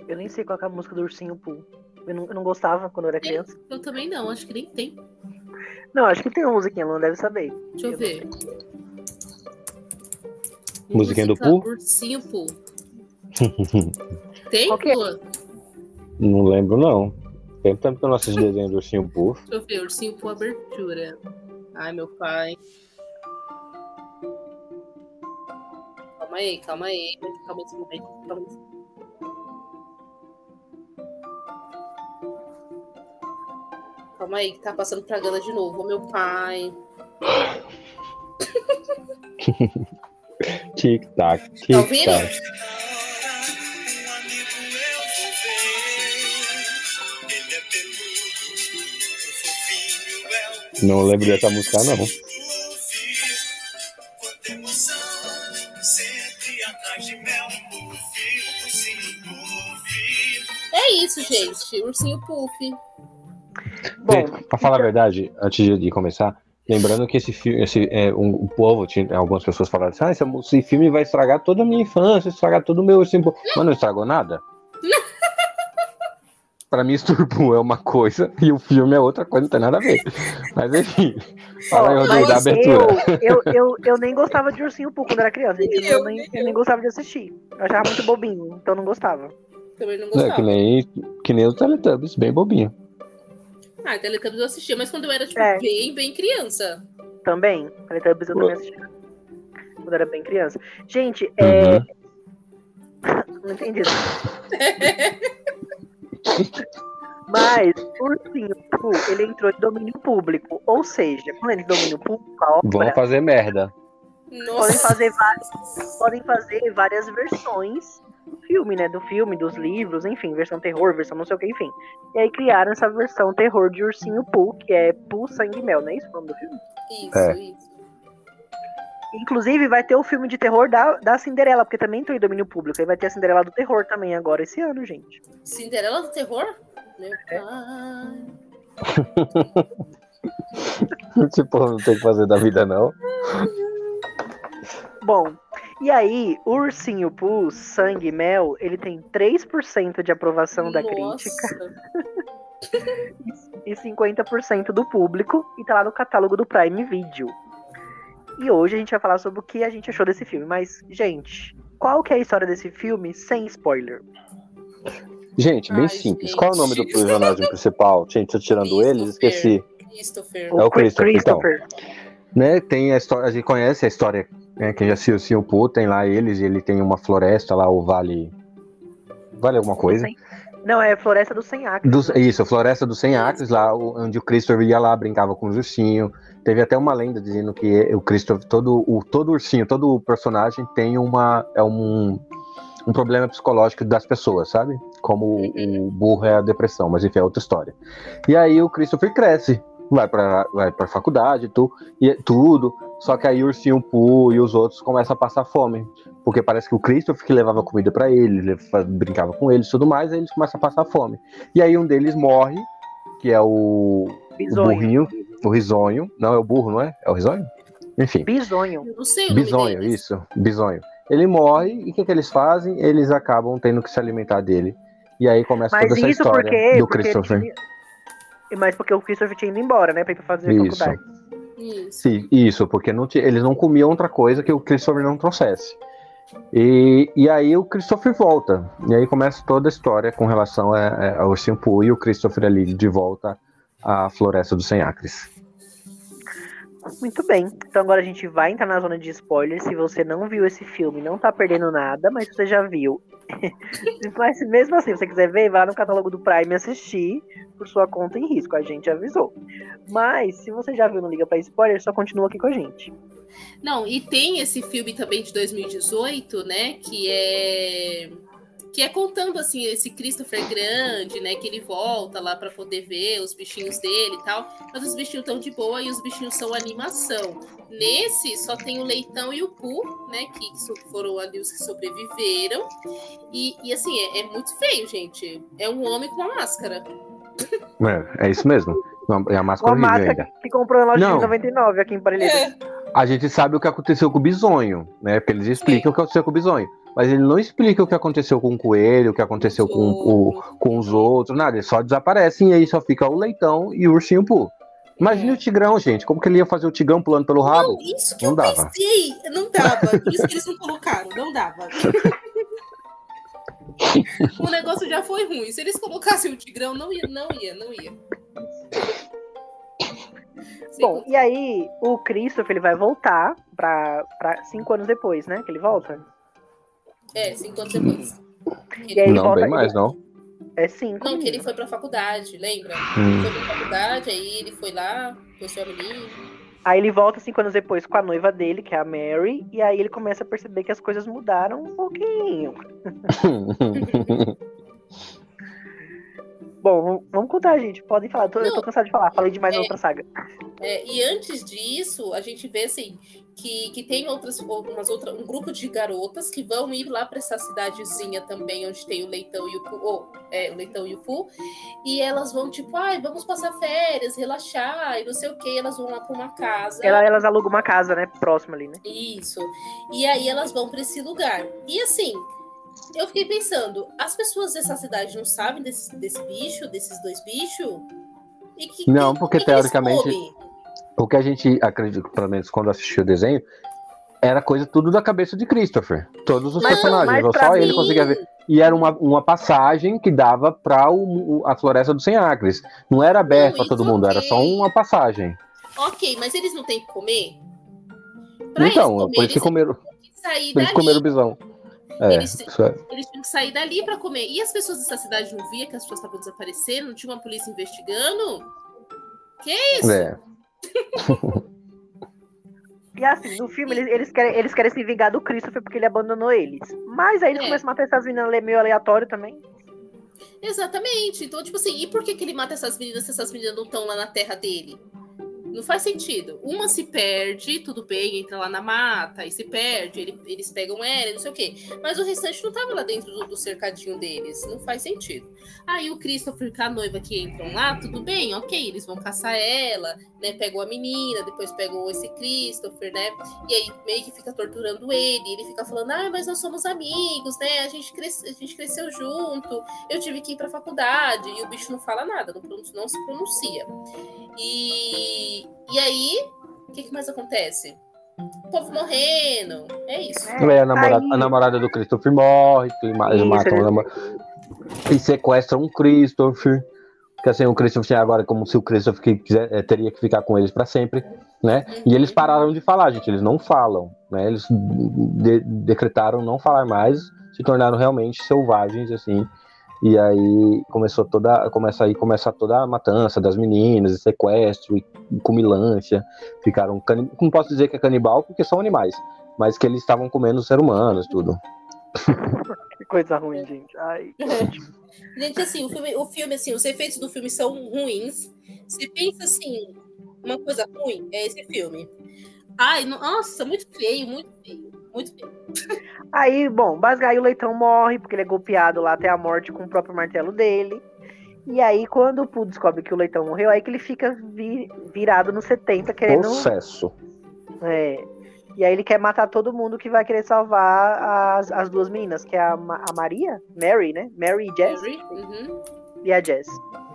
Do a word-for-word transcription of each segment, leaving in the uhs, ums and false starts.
Eu nem sei qual é a música do Ursinho Pooh. Eu não, eu não gostava quando eu era Tem? criança. Eu também não, acho que nem tem. Não, acho que tem uma musiquinha, ela não deve saber. Deixa eu, Eu ver. Musiquinha do Música Pooh? Ursinho Pooh. Tem, Qual que é? Lua? Não lembro, não. Tem tempo que eu não assisto desenho do Ursinho Pooh. Deixa eu ver, Ursinho Pooh abertura. Ai, meu pai. Calma aí, calma aí. Calma esse momento. Calma esse... Calma aí, que tá passando propaganda de novo. Ô, meu pai. Tic-tac, Tá ouvindo? tic-tac. Não lembro dessa música, não. É isso, gente. Ursinho Puff. Bom, Gente, pra falar a verdade, antes de, de começar, lembrando que esse filme, esse, é, um, o povo, tinha, algumas pessoas falaram assim, ah, esse, esse filme vai estragar toda a minha infância, estragar todo o meu Ursinho Pooh. Mas não estragou nada. Pra mim, Ursinho Pooh é uma coisa e o filme é outra coisa, não tem nada a ver. Mas enfim, fala aí, Rodrigo, da abertura. Eu, eu, eu, eu nem gostava de Ursinho Pooh quando era criança, gente. Eu, eu, nem, eu nem gostava de assistir. Eu achava muito bobinho, então não gostava. Também não gostava. É, que nem, que nem os Teletubbies, bem bobinho. Ah, Teletubbies eu assistia, mas quando eu era tipo, É. bem, bem criança. Também, Teletubbies eu também assistia. Quando eu era bem criança. Gente, Uhum. é... Não entendi. Mas o Ursinho Pooh, ele entrou em domínio público. Ou seja, quando ele entra em domínio público, a obra... Vão fazer merda. Nossa. Podem fazer, várias, podem fazer várias versões do filme, né? Do filme, dos livros, enfim, versão terror, versão não sei o que, enfim. E aí criaram essa versão terror de Ursinho Pooh, que é Pooh, Sangue e Mel, não é isso o nome do filme? Isso, É. isso. Inclusive vai ter o filme de terror da, da Cinderela, porque também entrou em domínio público. Aí vai ter a Cinderela do terror também agora, esse ano, gente. Cinderela do terror? Meu É. pai. Tipo, não tem o que fazer da vida, não. Bom, e aí, o Ursinho Pooh, Sangue e Mel, ele tem três por cento de aprovação da Nossa. crítica e cinquenta por cento do público, e tá lá no catálogo do Prime Video. E hoje a gente vai falar sobre o que a gente achou desse filme. Mas, gente, qual que é a história desse filme sem spoiler? Gente, bem Ai, simples. gente. Qual é o nome do personagem principal? Gente, tô tirando eles, esqueci. Christopher. É o Christopher, Christopher. Né, tem a história, a gente conhece a história, né, quem já assistiu o Ursinho Pooh, tem lá eles, e ele tem uma floresta lá, o Vale... Vale alguma coisa? Não, é Floresta dos Cem Acres. Do, isso, a Floresta dos Cem Acres, lá onde o Christopher ia lá, brincava com os ursinhos. Teve até uma lenda dizendo que o Christopher, todo o todo ursinho, todo personagem tem uma, é um, um problema psicológico das pessoas, sabe? Como o, o burro é a depressão, mas enfim, é outra história. E aí o Christopher cresce, vai pra, vai pra faculdade tu, e tudo, só que aí o Ursinho Pooh e os outros começam a passar fome. Porque parece que o Christopher que levava comida pra ele, levava, brincava com eles e tudo mais, aí eles começam a passar fome. E aí um deles morre, que é o, o burrinho, o risonho. Não, é o burro, não é? É o risonho? Enfim. Bisonho. Eu não sei o nome Bisonho, deles. isso, bisonho. Ele morre, e o que, que eles fazem? Eles acabam tendo que se alimentar dele. E aí começa Mas toda essa isso história porque, do porque Christopher. tinha- Mas porque o Christopher tinha ido embora, né? Pra ir pra fazer Isso. faculdade. Isso. Sim, isso, porque não tinha- eles não comiam outra coisa que o Christopher não trouxesse. E, e aí o Christopher volta. E aí começa toda a história com relação a- a- ao Ursinho Pooh e o Christopher ali de volta à Floresta dos Cem Acres. Muito bem. Então agora a gente vai entrar na zona de spoilers. Se você não viu esse filme, não tá perdendo nada, mas se você já viu. Mas se mesmo assim, se você quiser ver, vai lá no catálogo do Prime assistir por sua conta em risco. A gente avisou. Mas se você já viu e não liga pra spoiler, só continua aqui com a gente. Não, e tem esse filme também de dois mil e dezoito, né? Que é que é contando assim esse Christopher grande, né? Que ele volta lá para poder ver os bichinhos dele e tal. Mas os bichinhos estão de boa e os bichinhos são animação. Nesse só tem o Leitão e o Pooh, né? Que so- foram ali os que sobreviveram. E, e assim é, é muito feio, gente. É um homem com uma máscara. É, é isso mesmo. É a máscara Uma horrível máscara ainda. que comprou na loja Não. de noventa e nove aqui em Parelheiros. É. A gente sabe o que aconteceu com o Bisonho, né? Porque eles explicam o que aconteceu com o Bisonho. mas ele não explica o que aconteceu com o coelho, o que aconteceu com, o, com os outros, nada. Eles só desaparecem e aí só fica o leitão e o ursinho Pooh. Imagine é. o Tigrão, gente. Como que ele ia fazer o Tigrão pulando pelo rabo? Não, isso que não eu dava. pensei. Não dava. Por isso que eles não colocaram. Não dava. O negócio já foi ruim. Se eles colocassem o Tigrão, não ia, não ia, não ia. Bom, e aí o Christopher ele vai voltar pra, pra cinco anos depois, né? Que ele volta. É, cinco anos depois. E aí ele não, volta, bem mais, ele... não. É cinco. Não, que ele foi pra faculdade, lembra? Hum. Foi pra faculdade, aí ele foi lá, conheceu a menina. Aí ele volta cinco anos depois com a noiva dele, que é a Mary, e aí ele começa a perceber que as coisas mudaram um pouquinho. Bom, vamos contar, gente. Podem falar. Eu tô, eu tô cansado de falar. Falei demais é, na outra saga. É, e antes disso, a gente vê assim que, que tem outras, umas outra, um grupo de garotas que vão ir lá para essa cidadezinha também, onde tem o Leitão e o Pooh, oh, é, o Leitão e o Pooh, e elas vão tipo, ai, vamos passar férias, relaxar e não sei o que. Elas vão lá para uma casa. Ela, elas alugam uma casa, né? Próxima ali, né? Isso. E aí elas vão para esse lugar. E assim. Eu fiquei pensando, as pessoas dessa cidade não sabem desse, desse bicho, desses dois bichos? E que, não, que, porque que teoricamente, o que a gente acredita, pelo menos quando assistiu o desenho, era coisa tudo da cabeça de Christopher. Todos os mas, personagens, mas só mim... ele conseguia ver. E era uma, uma passagem que dava para a Floresta dos Cem Acres. Não era aberto para todo mundo, okay. Era só uma passagem. Ok, mas eles não têm que comer? Pra então, comer, por isso que comeram, por isso comeram o bisão. É, eles, é. eles tinham que sair dali para comer. E as pessoas dessa cidade não via que as pessoas estavam desaparecendo? Não tinha uma polícia investigando? Que isso? É. E assim, no filme eles, eles, querem, eles querem se vingar do Christopher porque ele abandonou eles. Mas aí eles é. começam a matar essas meninas meio aleatório também. Exatamente. Então, tipo assim, e por que, que ele mata essas meninas se essas meninas não estão lá na terra dele? Não faz sentido. Uma se perde, tudo bem, entra lá na mata e se perde, ele, eles pegam ela, não sei o quê. Mas o restante não tava lá dentro do, do cercadinho deles. Não faz sentido. Aí o Christopher com a noiva que entram lá, tudo bem, ok, eles vão caçar ela, né? Pegou a menina, depois pegou esse Christopher, né? E aí meio que fica torturando ele. Ele fica falando, ah, mas nós somos amigos, né? A gente, cres... a gente cresceu junto, eu tive que ir pra faculdade. E o bicho não fala nada, não, pronun... não se pronuncia. E, e aí, o que, que mais acontece? O povo morrendo, é isso. É, a, namorada, a namorada do Christopher morre, eles matam a namorada e sequestram um Christopher. Porque assim, o Christopher agora é como se o Christopher que quiser, é, teria que ficar com eles para sempre, né? Uhum. E eles pararam de falar, gente, eles não falam, né? Eles de, decretaram não falar mais, se tornaram realmente selvagens, assim. E aí começou toda, começa aí começa toda a matança das meninas, e sequestro, e cumilância. Ficaram canibal. Não posso dizer que é canibal, porque são animais, mas que eles estavam comendo os seres humanos, tudo. Que coisa ruim, gente. Ai. Gente, assim, o filme, o filme, assim, os efeitos do filme são ruins. Você pensa assim, uma coisa ruim é esse filme. Ai, nossa, muito feio, muito feio. Muito feio. Aí, bom, basicamente o Leitão morre, porque ele é golpeado lá até a morte com o próprio martelo dele. E aí, quando o Pooh descobre que o Leitão morreu, aí que ele fica vi, virado no setenta, querendo... Processo. É. E aí ele quer matar todo mundo que vai querer salvar as, as duas meninas, que é a, a Maria, Mary, né? Mary e Jess. Mary? Uhum. E a Jess.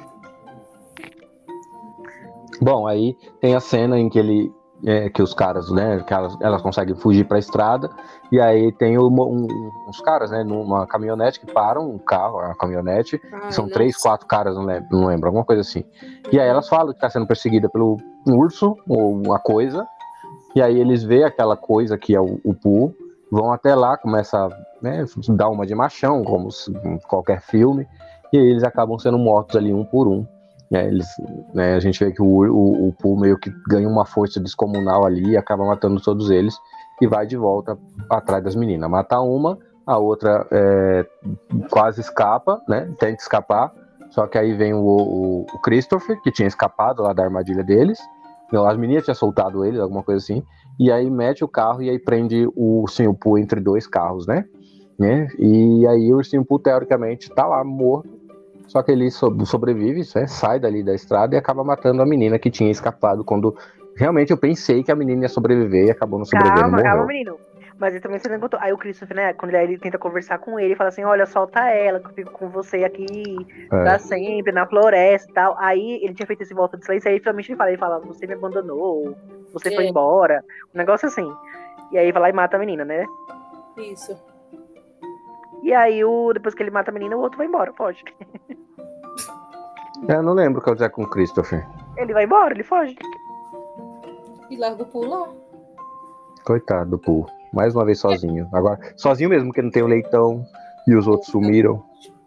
Bom, aí tem a cena em que ele... É, que os caras, né, que elas, elas conseguem fugir para a estrada, e aí tem um, um, uns caras, né, numa caminhonete que param, um carro, uma caminhonete, Ai, são nossa. três, quatro caras, não lembro, não lembro, alguma coisa assim. E aí elas falam que está sendo perseguida pelo um urso, ou uma coisa, e aí eles veem aquela coisa que é o, o Pooh, vão até lá, começa a, né, dar uma de machão, como em qualquer filme, e aí eles acabam sendo mortos ali um por um. É, eles, né, a gente vê que o, o, o Pooh meio que ganha uma força descomunal ali e acaba matando todos eles e vai de volta atrás das meninas. Mata uma, a outra é, quase escapa, né? Tenta escapar, só que aí vem o, o, o Christopher, que tinha escapado lá da armadilha deles. Não, as meninas tinham soltado eles, alguma coisa assim, e aí mete o carro e aí prende o Ursinho Pooh entre dois carros, né? né? E aí o Ursinho Pooh, teoricamente, tá lá morto. Só que ele sobrevive, né, sai dali da estrada e acaba matando a menina que tinha escapado quando realmente eu pensei que a menina ia sobreviver e acabou não sobrevivendo. Calma, morreu. calma, menino. Mas ele também você não contou. Aí o Christopher, né, quando ele, ele tenta conversar com ele, fala assim, olha, solta ela, que eu fico com você aqui É. pra sempre, na floresta e tal. Aí ele tinha feito esse volta de silêncio, aí finalmente ele fala, ele fala, você me abandonou, você É. foi embora, um negócio assim. E aí vai lá e mata a menina, né? Isso. E aí, o, depois que ele mata a menina, o outro vai embora, pode. É, eu não lembro o que eu dizer com o Christopher. Ele vai embora, ele foge. E larga o pulo lá. Coitado do Pooh. Mais uma vez sozinho. Agora, sozinho mesmo, porque não tem o Leitão e os outros sumiram.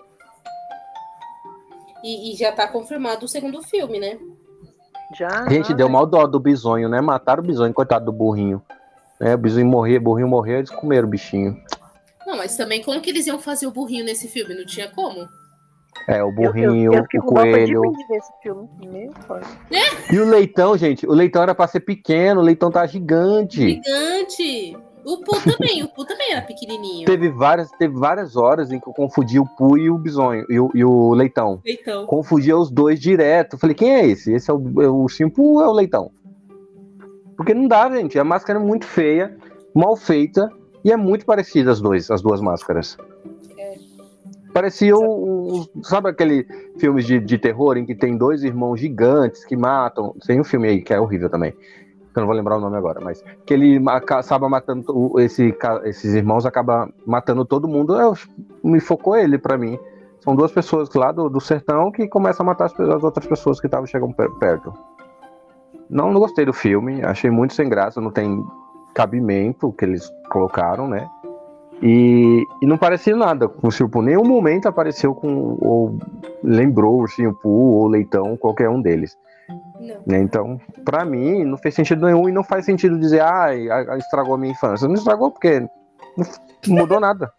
E, e já tá confirmado o segundo filme, né? Já. Gente, deu mal dó do bisonho, né? Mataram o bisonho, coitado do burrinho. É, o bisonho morreu, o burrinho morreu, eles comeram o bichinho. Não, mas também como que eles iam fazer o burrinho nesse filme? Não tinha como? É, o Eu, burrinho, eu, eu fiquei o com dó, perdi coelho. de ver esse filme. Meu pai. E o Leitão, gente, o Leitão era pra ser pequeno, o Leitão tá gigante. Gigante! O Pooh também, o Pooh também era pequenininho. Teve várias, teve várias horas em que eu confundi o Pooh e o bisonho, e o, e o Leitão. Então. Confundia os dois direto. Falei, quem é esse? Esse é o, é o ursinho Pooh ou é o Leitão? Porque não dá, gente. A máscara é muito feia, mal feita, e é muito parecida as, dois, as duas máscaras. É. Parecia um, um- sabe aquele filmes de, de terror em que tem dois irmãos gigantes que matam? Tem um filme aí que é horrível também, que eu não vou lembrar o nome agora, mas que ele ma- acaba matando o- esse, ca- esses irmãos, acaba matando todo mundo. Eu, me focou ele pra mim. São duas pessoas lá do, do sertão que começam a matar as, pe- as outras pessoas que estavam chegando per- perto. Não, não gostei do filme, achei muito sem graça, não tem cabimento que eles colocaram, né? E, e não parecia nada com o Ursinho Pooh. Nenhum momento apareceu com, ou lembrou o Ursinho Pooh ou o Leitão, qualquer um deles. Não. Né? Então, pra mim, não fez sentido nenhum e não faz sentido dizer, ah, estragou a minha infância. Não estragou porque não mudou nada.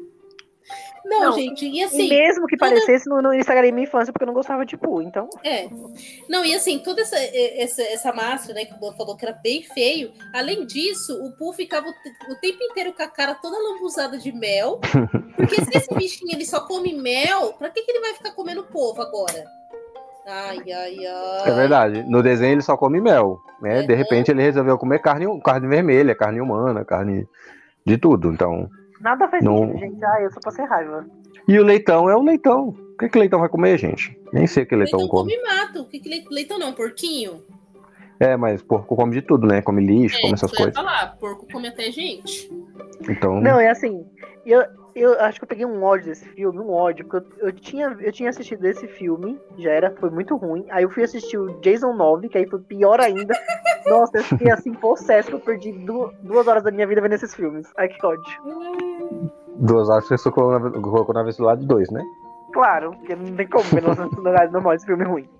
Não, Não, gente, e E assim. mesmo que toda- parecesse, não, não estragaria minha infância, porque eu não gostava de Pooh, então... É. Não, e assim, toda essa, essa, essa máscara, né, que o Boa falou que era bem feio. Além disso, o Pooh ficava o, te- o tempo inteiro com a cara toda lambuzada de mel. Porque se esse bichinho ele só come mel, pra que, que ele vai ficar comendo povo agora? Ai, ai, ai. É verdade. No desenho ele só come mel, né? De Uhum. repente ele resolveu comer carne, carne vermelha, carne humana, carne de tudo. Então, Nada faz Não. sentido, gente. Ah, eu só passei raiva. e o leitão é o leitão. O que que o leitão vai comer, gente? Nem sei o que o leitão, Leitão come. come mato. O que que le- leitão não? Porquinho? É, mas porco come de tudo, né? Come lixo, come essas isso eu ia coisas. falar. Porco come até gente. Então, Não, é assim, eu, eu acho que eu peguei um ódio desse filme, um ódio, porque eu, eu, tinha, eu tinha assistido esse filme, já era, foi muito ruim. Aí eu fui assistir o Jason nove, que aí foi pior ainda. Nossa, eu fiquei assim, possesso, que eu perdi du- duas horas da minha vida vendo esses filmes. Ai, que ódio. duas horas que você colocou na, colocou na velocidade dois, né? Claro, porque não tem como ver nossa sonoridade normal esse filme ruim.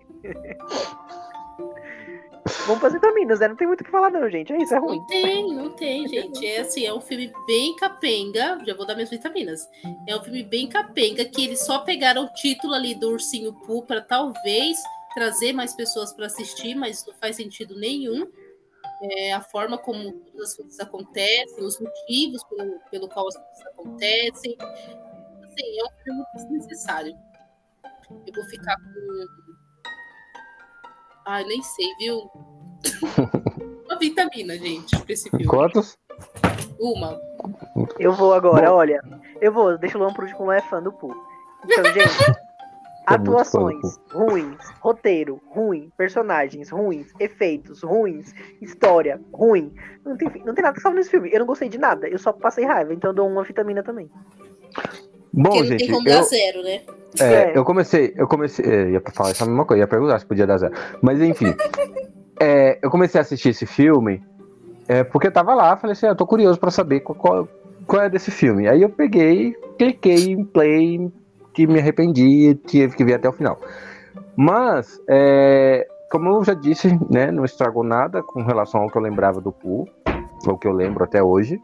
Vamos fazer vitaminas, né? Não tem muito o que falar, não, gente. É isso, é ruim. Não tem, não tem, gente. É assim, é um filme bem capenga. Já vou dar minhas vitaminas. É um filme bem capenga que eles só pegaram o título ali do Ursinho Pooh para talvez trazer mais pessoas para assistir, mas não faz sentido nenhum. É, a forma como todas as coisas acontecem, os motivos pelo, pelo qual as coisas acontecem. Assim, é um filme desnecessário. Eu vou ficar com. Ai, nem sei, viu? Uma vitamina, gente, pra esse filme. Quantos? Uma. Eu vou agora, Bom. olha. Eu vou, deixa o Luan por último, não é fã do Pooh. Então, gente, Tô muito fã do atuações ruins, roteiro ruim, personagens ruins, efeitos ruins, história ruim. Não tem, não tem nada que salve nesse filme. Eu não gostei de nada, eu só passei raiva, então eu dou uma vitamina também. Bom, Porque não gente, tem como dar eu, zero, né? é, É. eu comecei, eu comecei, é, ia falar essa mesma coisa, ia perguntar se podia dar zero. Mas enfim, é, eu comecei a assistir esse filme é, porque eu tava lá, falei assim, ah, eu tô curioso pra saber qual, qual, qual é desse filme. Aí eu peguei, cliquei em play, que me arrependi, tive que ver até o final. Mas, é, como eu já disse, né, não estragou nada com relação ao que eu lembrava do Pooh, ou que eu lembro até hoje.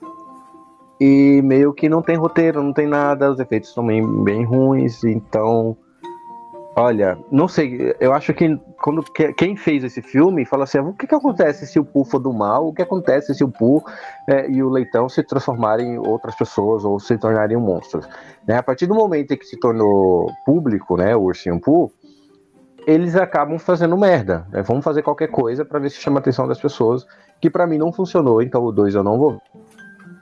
E meio que não tem roteiro, não tem nada, os efeitos são bem, bem ruins, então, olha, não sei, eu acho que quando que- quem fez esse filme fala assim, o que, que acontece se o Pooh for do mal, o que acontece se o Pooh é, e o Leitão se transformarem em outras pessoas ou se tornarem monstros, né? A partir do momento em que se tornou público, né, o Ursinho Pooh, eles acabam fazendo merda, né? Vamos fazer qualquer coisa pra ver se chama a atenção das pessoas, que pra mim não funcionou, então o dois eu não vou ver.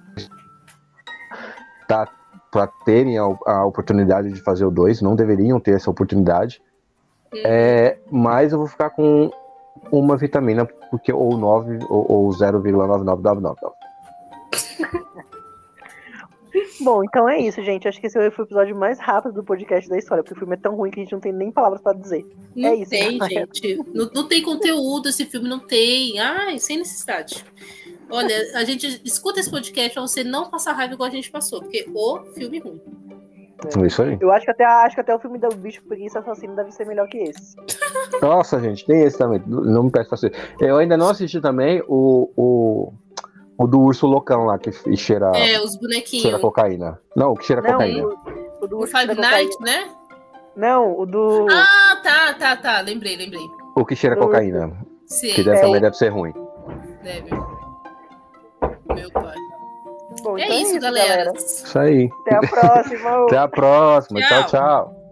para terem a, a oportunidade de fazer o dois, não deveriam ter essa oportunidade. Uhum. É, mas eu vou ficar com uma vitamina, porque ou nove ou, ou zero vírgula nove nove nove nove. Bom, então é isso, gente. Acho que esse foi o episódio mais rápido do podcast da história, porque o filme é tão ruim que a gente não tem nem palavras pra dizer. Não é isso, tem, galera. gente. Não, não tem conteúdo, esse filme não tem. Ai, sem necessidade. Olha, a gente escuta esse podcast pra você não passar raiva igual a gente passou, porque o filme ruim. É isso aí. Eu acho que até, acho que até o filme do Bicho Preguiça Assassino deve ser melhor que esse. Nossa, gente, tem esse também. Não me peço pra assistir. Eu ainda não assisti também o, o, o do urso loucão lá, que cheira, É, os bonequinhos. cheira cocaína. Não, o que cheira Não, cocaína. o, o do O urso Five da cocaína. Nights, né? Não, o do. Ah, tá, tá, tá. Lembrei, lembrei. O que cheira do- cocaína. Sim, Que deve, É, também o- deve ser ruim. deve. Meu pai. Bom, É então isso, galera. Isso aí. Até a próxima. Até a próxima. Tchau. Tchau, tchau.